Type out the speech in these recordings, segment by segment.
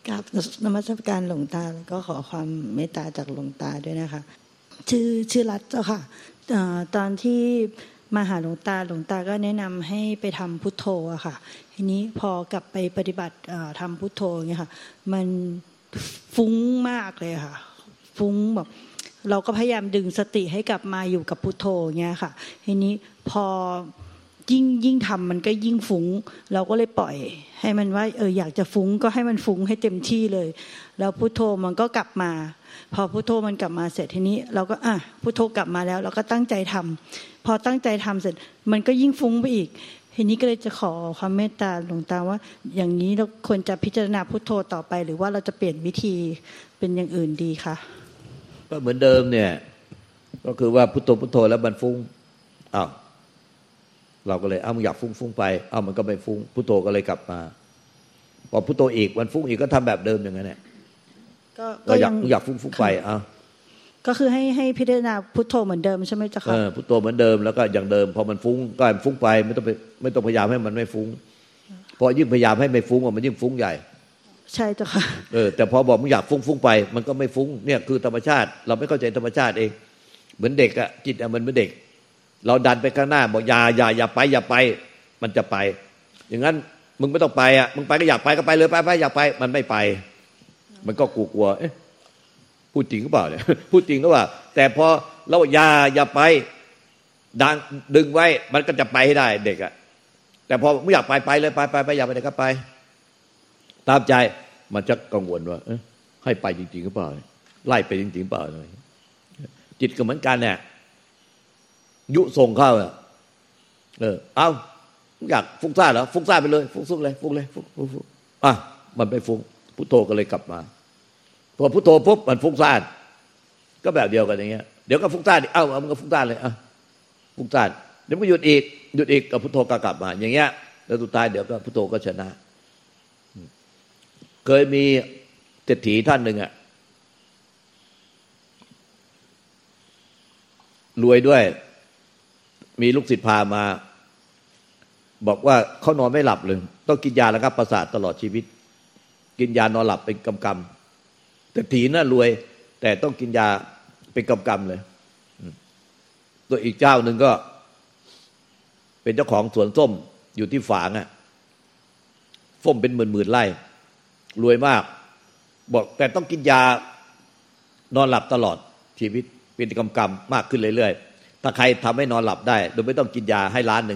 กับนมัสการหลวงตาแล้วก็ขอความเมตตาจากหลวงตาด้วยนะคะชื่อรัตเจ้าค่ะตอนที่มาหาหลวงตาก็แนะนำให้ไปทำพุทโธอะค่ะทีนี้พอกลับไปปฏิบัติทำพุทโธอย่างเงี้ยค่ะมันฟุ้งมากเลยค่ะฟุ้งแบบเราก็พยายามดึงสติให้กลับมาอยู่กับพุทโธอย่างเงี้ยค่ะทีนี้พอยิ่งทำมันก็ยิ่งฟุ้งเราก็เลยปล่อยให้มันว่าอยากจะฟุ้งก็ให้มันฟุ้งให้เต็มที่เลยแล้วพุทโธมันก็กลับมาพอพุทโธมันกลับมาเสร็จทีนี้เราก็พุทโธกลับมาแล้วเราก็ตั้งใจทำพอตั้งใจทำเสร็จมันก็ยิ่งฟุ้งไปอีกทีนี้ก็เลยจะขอความเมตตาหลวงตาว่าอย่างนี้เราควรจะพิจารณาพุทโธต่อไปหรือว่าเราจะเปลี่ยนวิธีเป็นอย่างอื่นดีคะก็เหมือนเดิมเนี่ยก็คือว่าพุทโธแล้วมันฟุ้งเราก็เลยมึงอยากฟุ้งไปมันก็ไม่ฟุ้งพุทโธก็เลยกลับมาพอพุทโธอีกมันฟุ้งอีกก็ทำแบบเดิมอย่างนั้นแหละก็อยากฟุ้งไปก็คือให้พิจารณาพุทโธเหมือนเดิมใช่ไหมจ๊ะครับพุทโธเหมือนเดิมแล้วก็อย่างเดิมพอมันฟุ้งก็ฟุ้งไปไม่ต้องพยายามให้มันไม่ฟุ้งพอยิ่งพยายามให้ไม่ฟุ้งมันยิ่งฟุ้งใหญ่ใช่จ้ะค่ะแต่พอบอกมึงอยากฟุ้งไปมันก็ไม่ฟุ้งเนี่ยคือธรรมชาติเราไม่เข้าใจธรรมชาติเองเหมือนเด็กอะจิตมันเหมือนเด็กเราดันไปข้างหน้าบอกอย่าไปมันจะไปอย่างนั้นมึงไม่ต้องไปมึงไปก็อยากไปก็ไปเลยไปอยากไปมันไม่ไปมันก็กลัวพูดจริงหรือเปล่าเนี่ยพูดจริงหรือเปล่าแต่พอเราอย่าไปดึงไว้มันก็จะไปให้ได้เด็กอะแต่พอไม่อยากไปเลยไปอยากไปไหนก็ไปตามใจมันจะกังวลว่าให้ไปจริงๆหรือเปล่าไล่ไปจริงๆหรือเปล่าจิตก็เหมือนกันเนี่ยยุส่งเข้าเอาอยากฟุ้งซ่านเหรอฟุ้งซ่านไปเลยฟุ้งเลยมันไม่ฟุ้งพุทโธก็เลยกลับมาพอพุทโธปุ๊บมันฟุ้งซ่านก็แบบเดียวกันอย่างเงี้ยเดี๋ยวก็ฟุ้งซ่านมันก็ฟุ้งซ่านเลยฟุ้งซ่านเดี๋ยวมันหยุดอีกกับพุทโธก็กลับมาอย่างเงี้ยแล้วสุดท้ายเดี๋ยวก็พุทโธก็ชนะเคยมีเศรษฐีท่านหนึ่งรวยด้วยมีลูกศิษย์พามาบอกว่าเขานอนไม่หลับเลยต้องกินยาระงับประสาทตลอดชีวิตกินยานอนหลับเป็นกำๆแต่ถีน่ะรวยแต่ต้องกินยาเป็นกำๆเลยตัวอีกเจ้าหนึ่งก็เป็นเจ้าของสวนส้มอยู่ที่ฝางส้มเป็นหมื่นไร่รวยมากบอกแต่ต้องกินยานอนหลับตลอดชีวิตเป็นกำๆมากขึ้นเรื่อยๆถ้าใครทำให้นอนหลับได้โดยไม่ต้องกินยาให้1,000,000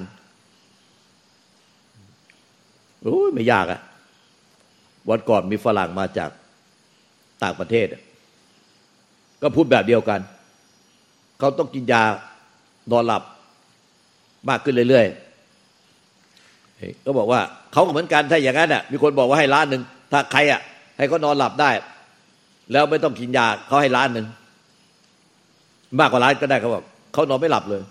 ไม่ยากวันก่อนมีฝรั่งมาจากต่างประเทศก็พูดแบบเดียวกันเขาต้องกินยานอนหลับมากขึ้นเรื่อยๆก็บอกว่าเขาก็เหมือนกันถ้าอย่างนั้นมีคนบอกว่าให้1,000,000ถ้าใครให้เขานอนหลับได้แล้วไม่ต้องกินยาเขาให้1,000,000มากกว่า1,000,000ก็ได้เขาบอกเขานอนไม่หลับเลย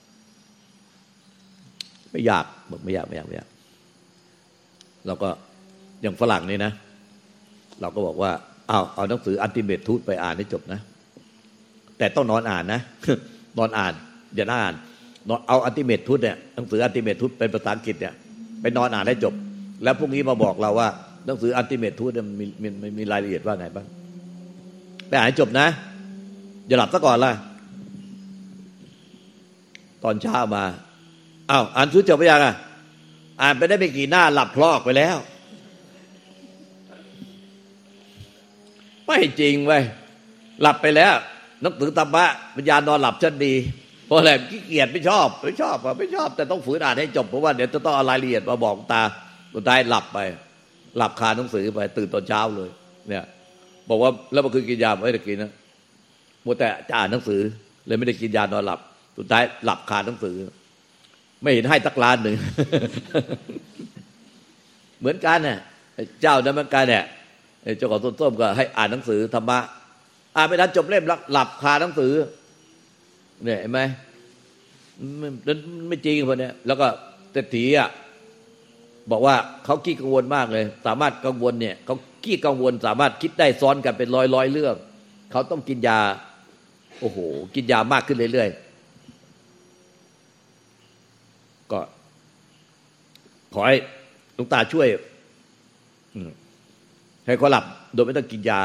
ไม่อยากบอกไม่อยากเราก็อย่างฝรั่งนี่นะเราก็บอกว่าเอาหนังสืออัลติเมททูธไปอ่านให้จบนะแต่ต้องนอนอ่านนะ นอนอ่านอย่านั่งอ่านเอาอัลติเมททูธเนี่ยหนังสืออัลติเมททูธเป็นภาษาอังกฤษเนี่ยไปนอนอ่านให้จบแล้วพรุ่งนี้มาบอกเราว่าหนังสืออัลติเมททูธมีรายละเอียดว่าไงบ้างไปอ่านให้จบนะอย่าหลับซะก่อนล่ะตอนเช้ามาอ่านชุดจบไปยังอ่านไปได้ไม่กี่หน้าหลับพลอกไปแล้วไม่จริงเว้ยหลับไปแล้วหนังสือธรรมะปัญญานอนหลับชั้นดีเพราะอะไรขี้เกียจไม่ชอบแต่ต้องฝืนอ่านให้จบเพราะว่าเดี๋ยวจะต้องเอารายละเอียดมาบอกตาสุดท้ายหลับไปหลับคาหนังสือไปตื่นตอนเช้าเลยเนี่ยบอกว่าแล้วเมื่อคืนกินยาไม่ได้กินนะมัวแต่จะอ่านหนังสือเลยไม่ได้กินยานอนหลับสุดท้ายหลับคาหนังสือไม่เห็นให้1,000,000เหมือนกันเนี่ยเจ้านั้นเหมือนกันเนี่ยเจ้าของต้นส้มก็ให้อ่านหนังสือธรรมะอ่านไม่ทันจบเล่มหลับคาหนังสือเนี่ยเห็นไหมไม่จริงคนเนี้ยแล้วก็เศรษฐีบอกว่าเขาขี้กังวลมากเลยสามารถกังวลเนี่ยเขาขี้กังวลสามารถคิดได้ซ้อนกันเป็นร้อยเรื่องเขาต้องกินยาโอ้โหกินยามากขึ้นเรื่อยๆก็ขอให้หลวงตาช่วยให้เขาหลับโดยไม่ต้องกินยา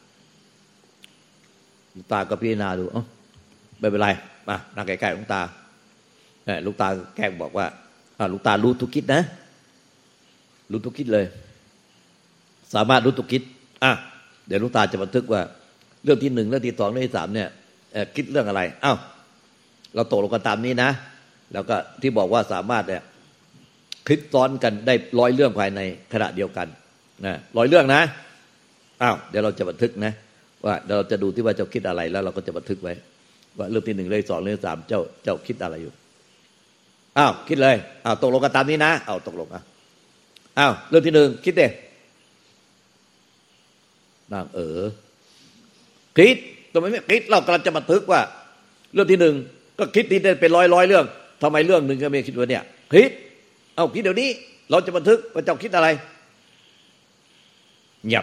หลวงตาก็พิจารณาดูไม่เป็นไรมานั่งใกล้ๆหลวงตาหลวงตาแกล้งบอกว่าหลวงตารู้ทุกคิดนะรู้ทุกคิดเลยสามารถรู้ทุกคิดเดี๋ยวหลวงตาจะบันทึกว่าเรื่องที่ 1เรื่องที่ 2เรื่องที่ 3เนี่ยคิดเรื่องอะไรเราตกลงกันตามนี้นะแล้วก็ที่บอกว่าสามารถเนี่ยคิดซ้อนกันได้100เรื่องภายในขณะเดียวกันนะ100เรื่องนะเดี๋ยวเราจะบันทึกนะว่าเราจะดูที่ว่าเจ้าคิดอะไรแล้วเราก็จะบันทึกไว้ว่าเรื่องที่ 1เรื่องที่ 2เรื่องที่ 3เจ้าคิดอะไรอยู่คิดเลยตกลงกันตามนี้นะตกลงเรื่องที่ 1คิดเด้นางคิดทำไมไม่คิดเรากำลังจะบันทึกว่าเรื่องที่ 1ก็คิดที่ได้เป็นร้อยเรื่องทำไมเรื่องนึงก็ไม่คิดว่าเนี่ยคิดคิดเดี๋ยวนี้เราจะบันทึกว่าเจ้าคิดอะไรเงียบ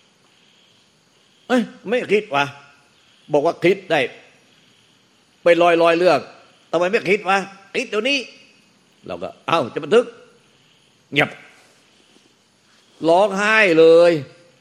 ไม่คิดวะบอกว่าคิดได้เป็นร้อยเรื่องทำไมไม่คิดวะคิดเดี๋ยวนี้เราก็จะบันทึกเงียบร้องไห้เลย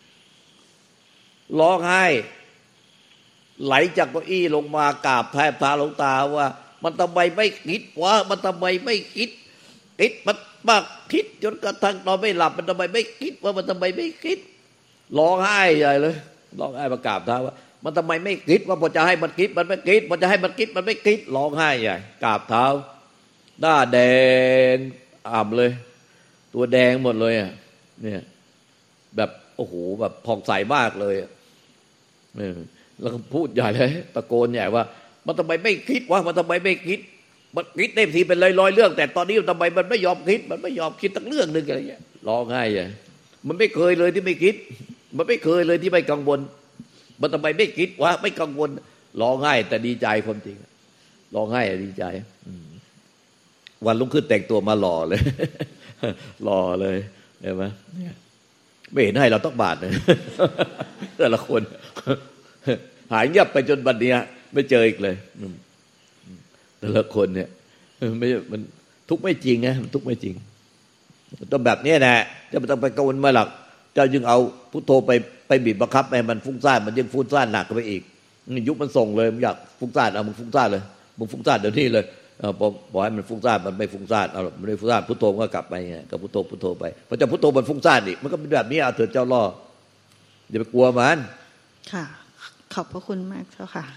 ร้องไห้ไหลจากเก้าอี้ลงมากราบแทบเท้าหลวงตาว่ามันทำไมไม่คิดวะมันทำไมไม่คิดมันมากคิดจนกระทั่งนอนไม่หลับมันทำไมไม่คิดว่ามันทำไมไม่คิดร้องไห้ใหญ่เลยร้องไห้มากราบเท้าว่ามันทำไมไม่คิดว่าพอจะให้มันคิดมันไม่คิดพอจะให้มันคิดมันไม่คิดร้องไห้ใหญ่กราบเท้าหน้าแดงอ่ำเลยตัวแดงหมดเลยเนี่ยแบบโอ้โหแบบผ่องใสมากเลยแล้วก็พูดใหญ่เลยตะโกนใหญ่ว่ามันทำไมไม่คิดวะมันทำไมไม่คิดมันคิดได้ทีเป็นร้อยเรื่องแต่ตอนนี้ทำไมมันไม่ยอมคิดมันไม่ยอมคิดตั้งเรื่องนึงอะไรเงี้ยร้องไห้ใหญ่มันไม่เคยเลยที่ไม่คิดมันไม่เคยเลยที่ไม่กังวลมันทำไมไม่คิดวะไม่กังวลร้องไห้แต่ดีใจความจริงร้องไห้ดีใจวันรุ่งขึ้นแต่งตัวมาหล่อเลยหล่อเลยเห็นไหมไม่เห็นให้เราต้องบาทเลยแต่ละคนหายเงียบไปจนบัดเนี้ยไม่เจออีกเลยแต่ละคนเนี่ยไม่มันทุกข์ไม่จริงนะทุกข์ไม่จริงต้องแบบนี้แหละจะไม่ต้องไปกังวลมาหรอกเจ้ายังเอาพุทโธไปบีบบังคับให้มันฟุ้งซ่านมันยังฟุ้งซ่านหนักไปอีกยุคมันส่งเลยมึงอยากฟุ้งซ่านมึงฟุ้งซ่านเลยมึงฟุ้งซ่านเดี๋ยวนี้เลยบอกให้มันฟุ้งซ่านมันไม่ฟุ้งซ่านมันไม่ฟุ้งซ่านพุทโธก็กลับไปไงก็พุทโธไปพอจะพุทโธมันฟุ้งซ่านอีกมันก็เป็นแบบนี้เถิดเจ้าล่ออย่าไปกลัวมันค่ะขอบพระคุณมากเจ้าค่ะ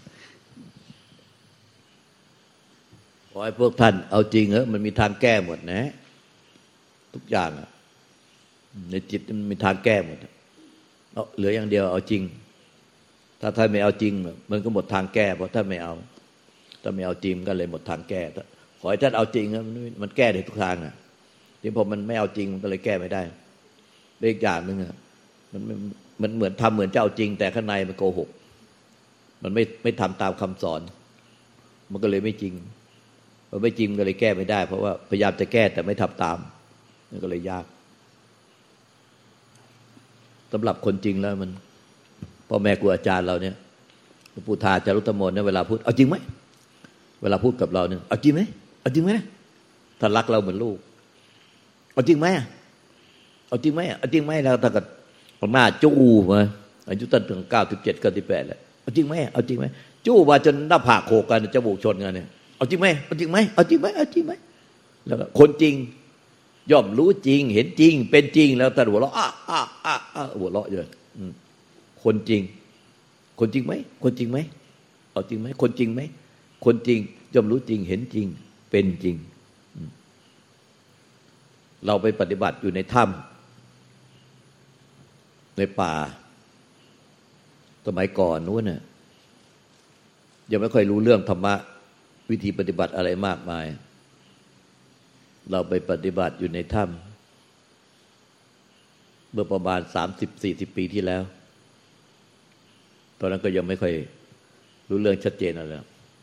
ขอให้พวกท่านเอาจริงมันมีทางแก้หมดนะทุกอย่างในจิตมันมีทางแก้หมดเหลืออย่างเดียวเอาจริงถ้าท่านไม่เอาจริงมันก็หมดทางแก้เพราะท่านไม่เอาถ้าไม่เอาจริงก็เลยหมดทางแก้ขอให้ท่านเอาจริงมันแก้ได้ทุกทางที่พอมันไม่เอาจริงมันก็เลยแก้ไม่ได้อีกอย่างนึงมันเหมือนทำเหมือนจะเอาจริงแต่ข้างในมันโกหกมันไม่ทำตามคำสอนมันก็เลยไม่จริงพอไม่จริงก็เลยแก้ไม่ได้เพราะว่าพยายามจะแก้แต่ไม่ทำตามมันก็เลยยากสำหรับคนจริงแล้วมันพ่อแม่ครูอาจารย์เราเนี่ยหลวงปู่ทาจารุตโมนเนี่ยเวลาพูดเอาจริงไหมเวลาพูดกับเราเนี่ยเอาจริงไหมเอาจริงไหมถ้ารักเราเหมือนลูกเอาจริงไหมเอาจริงไหมเอาจริงไหมแล้วถ้าเกิดหน้าจู้มาอายุตั้งถึง97 98แล้วเอาจริงไหมเอาจริงไหมจู้มาจนหน้าผากโขกกันจมูกชนกันเนี่ยเอาจริงไหมเอาจริงไหมเอาจริงไหมเอาจริงไหมแล้วคนจริงย่อมรู้จริงเห็นจริงเป็นจริงแล้วแต่หัวเราะหัวเราะเยอะคนจริงคนจริงไหมคนจริงไหมเอาจริงไหมคนจริงไหมคนจริงย่อมรู้จริงเห็นจริงเป็นจริงเราไปปฏิบัติอยู่ในถ้ำในป่าสมัยก่อนนู้นน่ะยังไม่ค่อยรู้เรื่องธรรมะวิธีปฏิบัติอะไรมากมายเราไปปฏิบัติอยู่ในถ้ำเมื่อประมาณ30-40 ปีที่แล้วตอนนั้นก็ยังไม่ค่อยรู้เรื่องชัดเจนอะไร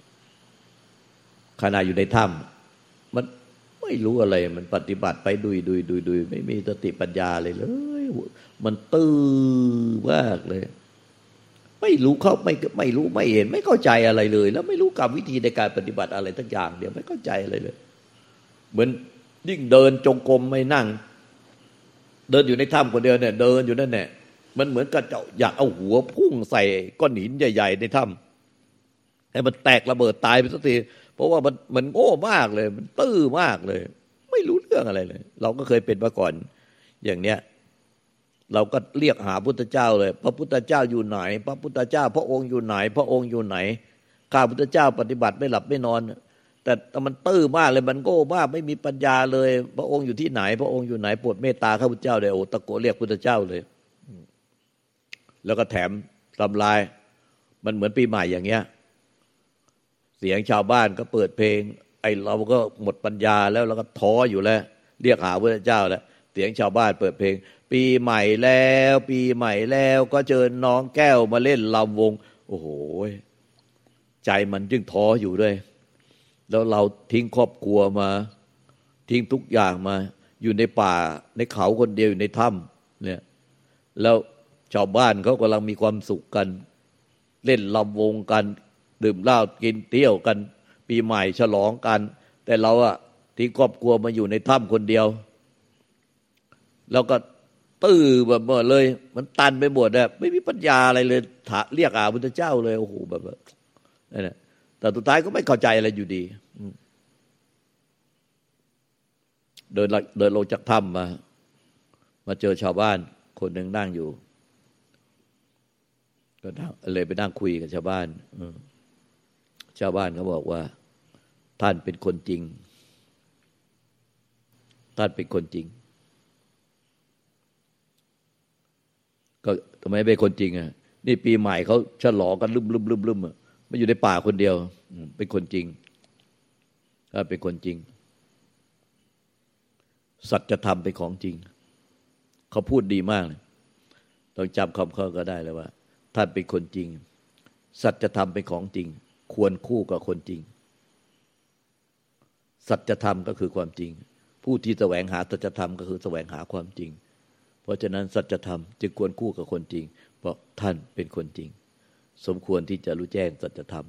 ขณะอยู่ในถ้ำมันไม่รู้อะไรมันปฏิบัติไปดุยไม่มีสติปัญญาเลยมันตื้อมากเลยไม่รู้เขาไม่รู้ไม่เห็นไม่เข้าใจอะไรเลยแล้วไม่รู้กรรมวิธีในการปฏิบัติอะไรทั้งอย่างเดียวไม่เข้าใจอะไรเลยเหมือนยิ่งเดินจงกรมไม่นั่งเดินอยู่ในถ้ำคนเดียวเนี่ยเดินอยู่นั่นแหละมันเหมือนกับเจ้าอยากเอาหัวพุ่งใส่ก้อนหินใหญ่ๆในถ้ำให้มันแตกระเบิดตายไปสักทีเพราะว่ามันโง่มากเลยมันตื้อมากเลยไม่รู้เรื่องอะไรเลยเราก็เคยเป็นมาก่อนอย่างเนี้ยเราก็เรียกหาพุทธเจ้าเลยพระพุทธเจ้าอยู่ไหนพระพุทธเจ้าพระองค์อยู่ไหนพระองค์อยู่ไหนข้าพุทธเจ้าปฏิบัติไม่หลับไม่นอนแต่มันตื้อมากเลยมันโง่มากไม่มีปัญญาเลยพระองค์อยู่ที่ไหนพระองค์อยู่ไหนโปรดเมตตาข้าพุทธเจ้าเลยโอ้ตะโกนเรียกพุทธเจ้าเลยแล้วก็แถมทำลายมันเหมือนปีใหม่อย่างเงี้ยเสียงชาวบ้านก็เปิดเพลงไอ้เราก็หมดปัญญาแล้วเราก็ท้ออยู่แล้วเรียกหาพระเจ้าแล้วเสียงชาวบ้านเปิดเพลงปีใหม่แล้วปีใหม่แล้วก็เชิญน้องแก้วมาเล่นลำวงโอ้โหใจมันจึงท้ออยู่ด้วยแล้วเราทิ้งครอบครัวมาทิ้งทุกอย่างมาอยู่ในป่าในเขาคนเดียวอยู่ในถ้ำเนี่ยแล้วชาวบ้านเขากำลังมีความสุขกันเล่นลำวงกันดื่มเหล้ากินเที่ยวกันปีใหม่ฉลองกันแต่เราอะทิ้งครอบครัวมาอยู่ในถ้ำคนเดียวแล้วก็ตื้อแบบหมดเลยมันตันไปหมดอะไม่มีปัญญาอะไรเลยเรียกพุทธเจ้าเลยโอ้โหแบบนั่นแหละแต่สุดท้ายก็ไม่เข้าใจอะไรอยู่ดีเดินลงจากถ้ำมาเจอชาวบ้านคนหนึ่งนั่งอยู่ก็เลยไปนั่งคุยกับชาวบ้านชาวบ้านเขาบอกว่าท่านเป็นคนจริงท่านเป็นคนจริงก็ทำไมเป็นคนจริงอ่ะนี่ปีใหม่เขาฉลองกันลืมไม่อยู่ในป่าคนเดียวเป็นคนจริงถ้าเป็นคนจริงสัจธรรมเป็นของจริงเขาพูดดีมากเลยต้องจำคำเขาก็ได้เลยว่าท่านเป็นคนจริงสัจธรรมเป็นของจริงควรคู่กับคนจริงสัจธรรมก็คือความจริงผู้ที่แสวงหาสัจธรรมก็คือแสวงหาความจริงเพราะฉะนั้นสัจธรรมจึงควรคู่กับคนจริงเพราะท่านเป็นคนจริงสมควรที่จะรู้แจ้งสัจธรรม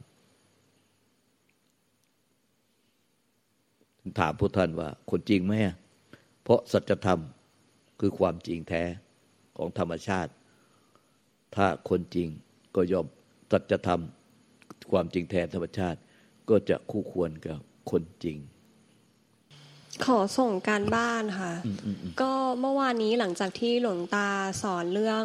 ถามพวกท่านว่าคนจริงไหมเพราะสัจธรรมคือความจริงแท้ของธรรมชาติถ้าคนจริงก็ยอมสัจธรรมความจริงแท้ธรรมชาติก็จะคู่ควรกับคนจริงขอส่งการบ้านค่ะก็เมื่อวานนี้หลังจากที่หลวงตาสอนเรื่อง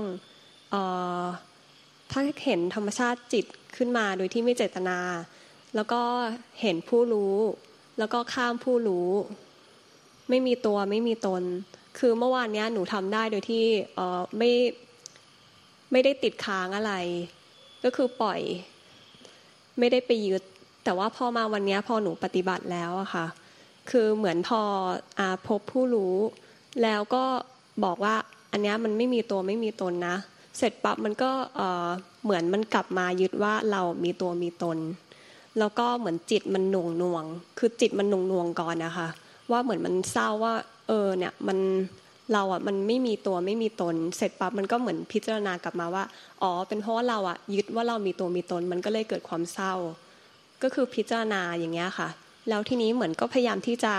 ถ้าเห็นธรรมชาติจิตขึ้นมาโดยที่ไม่เจตนาแล้วก็เห็นผู้รู้แล้วก็ข้ามผู้รู้ไม่มีตัวไม่มีตนคือเมื่อวานนี้หนูทำได้โดยที่ไม่ได้ติดค้างอะไรก็คือปล่อยไม่ได้ไปยึดแต่ว่าพอมาวันนี้พอหนูปฏิบัติแล้วอะค่ะคือเหมือนพอพบผู้รู้แล้วก็บอกว่าอันนี้มันไม่มีตัวไม่มีตนนะเสร็จปั๊บมันก็เหมือนมันกลับมายึดว่าเรามีตัวมีตนแล้วก็เหมือนจิตมันหน่วงคือจิตมันหน่วงก่อนนะคะว่าเหมือนมันเศร้าว่าเนี่ยมันเราอ่ะมันไม่มีตัวไม่มีตนเสร็จปั๊บมันก็เหมือนพิจารณากลับมาว่าอ๋อเป็นเพราะว่าเราอ่ะยึดว่าเรามีตัวมีตนมันก็เลยเกิดความเศร้าก็คือพิจารณาอย่างเงี้ยค่ะแล้วทีนี้เหมือนก็พยายามที่จะ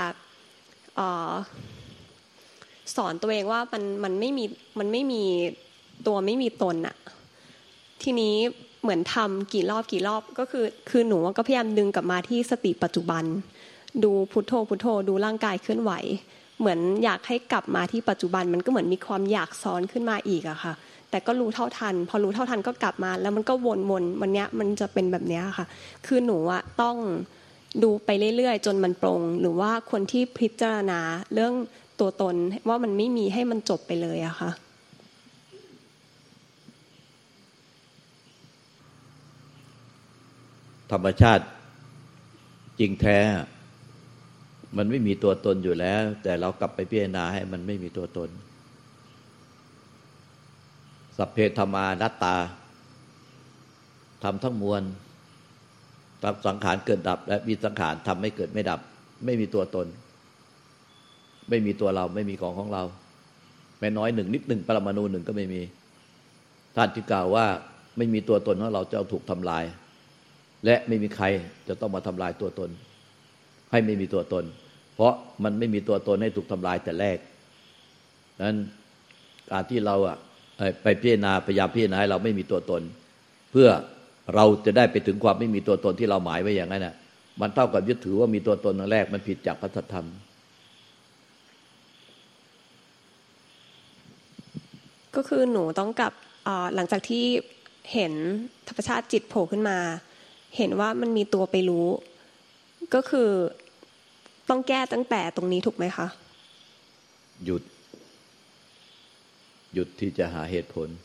สอนตัวเองว่ามันไม่มีตัวไม่มีตนอะทีนี้เหมือนทำกี่รอบก็คือหนูก็พยายามดึงกลับมาที่สติปัจจุบันดูพุทโธพุทโธดูร่างกายเคลื่อนไหวเหมือนอยากให้กลับมาที่ปัจจุบันมันก็เหมือนมีความอยากซ้อนขึ้นมาอีกอะค่ะแต่ก็รู้เท่าทันพอรู้เท่าทันก็กลับมาแล้วมันก็วนวันเนี้ยมันจะเป็นแบบเนี้ยค่ะคือหนูอะต้องดูไปเรื่อยๆจนมันปรงหรือว่าคนที่พิจารณาเรื่องตัวตนว่ามันไม่มีให้มันจบไปเลยอะค่ะธรรมชาติจริงแท้มันไม่มีตัวตนอยู่แล้วแต่เรากลับไปพิจารณาให้มันไม่มีตัวตนสัพเพธรรมานัตตาทำทั้งมวลทำสังขารเกิดดับและมีสังขารทำไม่เกิดไม่ดับไม่มีตัวตนไม่มีตัวเราไม่มีของเราแม้น้อยหนึ่งนิดหนึ่งปรมาณูหนึ่งก็ไม่มีท่านที่กล่าวว่าไม่มีตัวตนของเราจะถูกทำลายและไม่มีใครจะต้องมาทำลายตัวตนให้ไม่มีตัวตนเพราะมันไม่มีตัวตนให้ถูกทำลายแต่แรกนั้นการที่เราไปพิจารณาพยายามพิจารณาให้เราไม่มีตัวตนเพื่อเราจะได้ไปถึงความไม่มีตัวตนที่เราหมายไว้อย่างนั้นน่ะมันเท่ากับยึดถือว่ามีตัวตนแรกมันผิดจากพระธรรมก็คือหนูต้องกลับหลังจากที่เห็นธรรมชาติจิตโผล่ขึ้นมาเห็นว่ามันมีตัวไปรู้ก็คือต้องแก้ตั้งแต่ตรงนี้ถูกไหมคะหยุดที่จะหาเหตุผล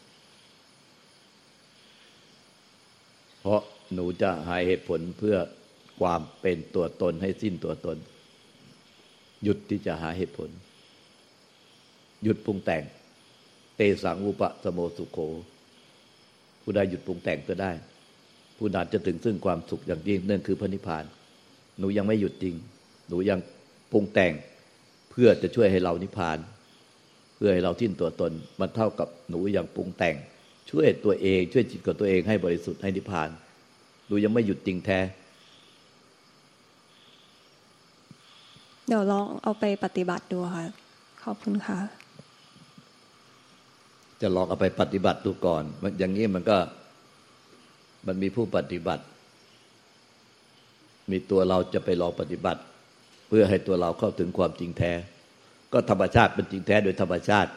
เพราะหนูจะหาเหตุผลเพื่อความเป็นตัวตนให้สิ้นตัวตนหยุดที่จะหาเหตุผลหยุดปรุงแต่งเตสังอุปสโมสุโขผู้ใดหยุดปรุงแต่งก็ได้ผู้นั้นจะถึงซึ่งความสุขอย่างยิ่งนั่นคือพระนิพพานหนูยังไม่หยุดจริงหนูยังปรุงแต่งเพื่อจะช่วยให้เรานิพพานเพื่อให้เราทิ้งตัวตนมันเท่ากับหนูยังปรุงแต่งช่วยตัวเองช่วยจิตของตัวเองให้บริสุทธิ์ให้นิพพานหนูยังไม่หยุดจริงแท้เดี๋ยวลองเอาไปปฏิบัติดูค่ะขอบคุณค่ะจะลองเอาไปปฏิบัติดูก่อนอย่างนี้มันมีผู้ปฏิบัติมีตัวเราจะไปลองปฏิบัติเพื่อให้ตัวเราเข้าถึงความจริงแท้ก็ธรรมชาติเป็นจริงแท้โดยธรรมชาติ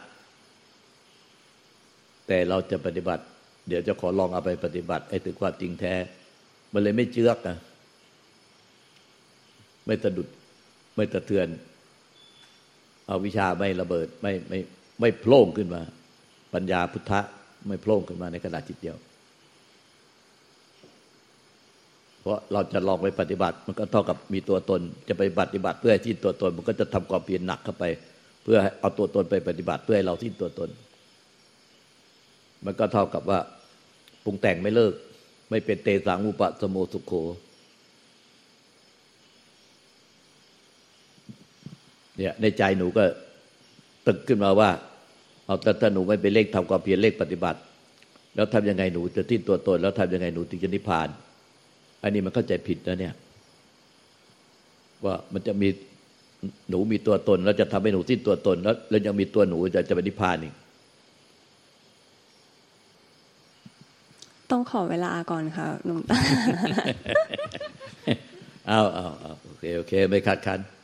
แต่เราจะปฏิบัติเดี๋ยวจะขอลองเอาไปปฏิบัติให้ถึงความจริงแท้มันเลยไม่เจือกนะไม่สะดุดไม่สะเทือนเอาวิชาไม่ระเบิดไม่โผล่ขึ้นมาปัญญาพุทธะไม่โผล่ขึ้นมาในขณะจิตเดียวเพราะเราจะลองไปปฏิบัติมันก็เท่ากับมีตัวตนจะไปปฏิบัติเพื่อให้สิ้นตัวตนมันก็จะทำความเพียรหนักเข้าไปเพื่อเอาตัวตนไปปฏิบัติเพื่อให้เราสิ้นตัวตนมันก็เท่ากับว่าปรุงแต่งไม่เลิกไม่เป็นเตสังอุปสโมสุโขเนี่ยในใจหนูก็ตึกขึ้นมาว่าเอาแต่ถ้าหนูไม่ไปเร่งทำความเพียรเร่งปฏิบัติแล้วทำยังไงหนูจะสิ้นตัวตนแล้วทำยังไงหนูถึงจะนิพพานอันนี้มันเข้าใจผิดนะเนี่ยว่ามันจะมีหนูมีตัวตนแล้วจะทำให้หนูสิ้นตัวตนแล้วยังมีตัวหนูจะไปนิพพานอีกต้องขอเวลาก่อนค่ะหลวงตาเอาโอเคไม่ขัดขัน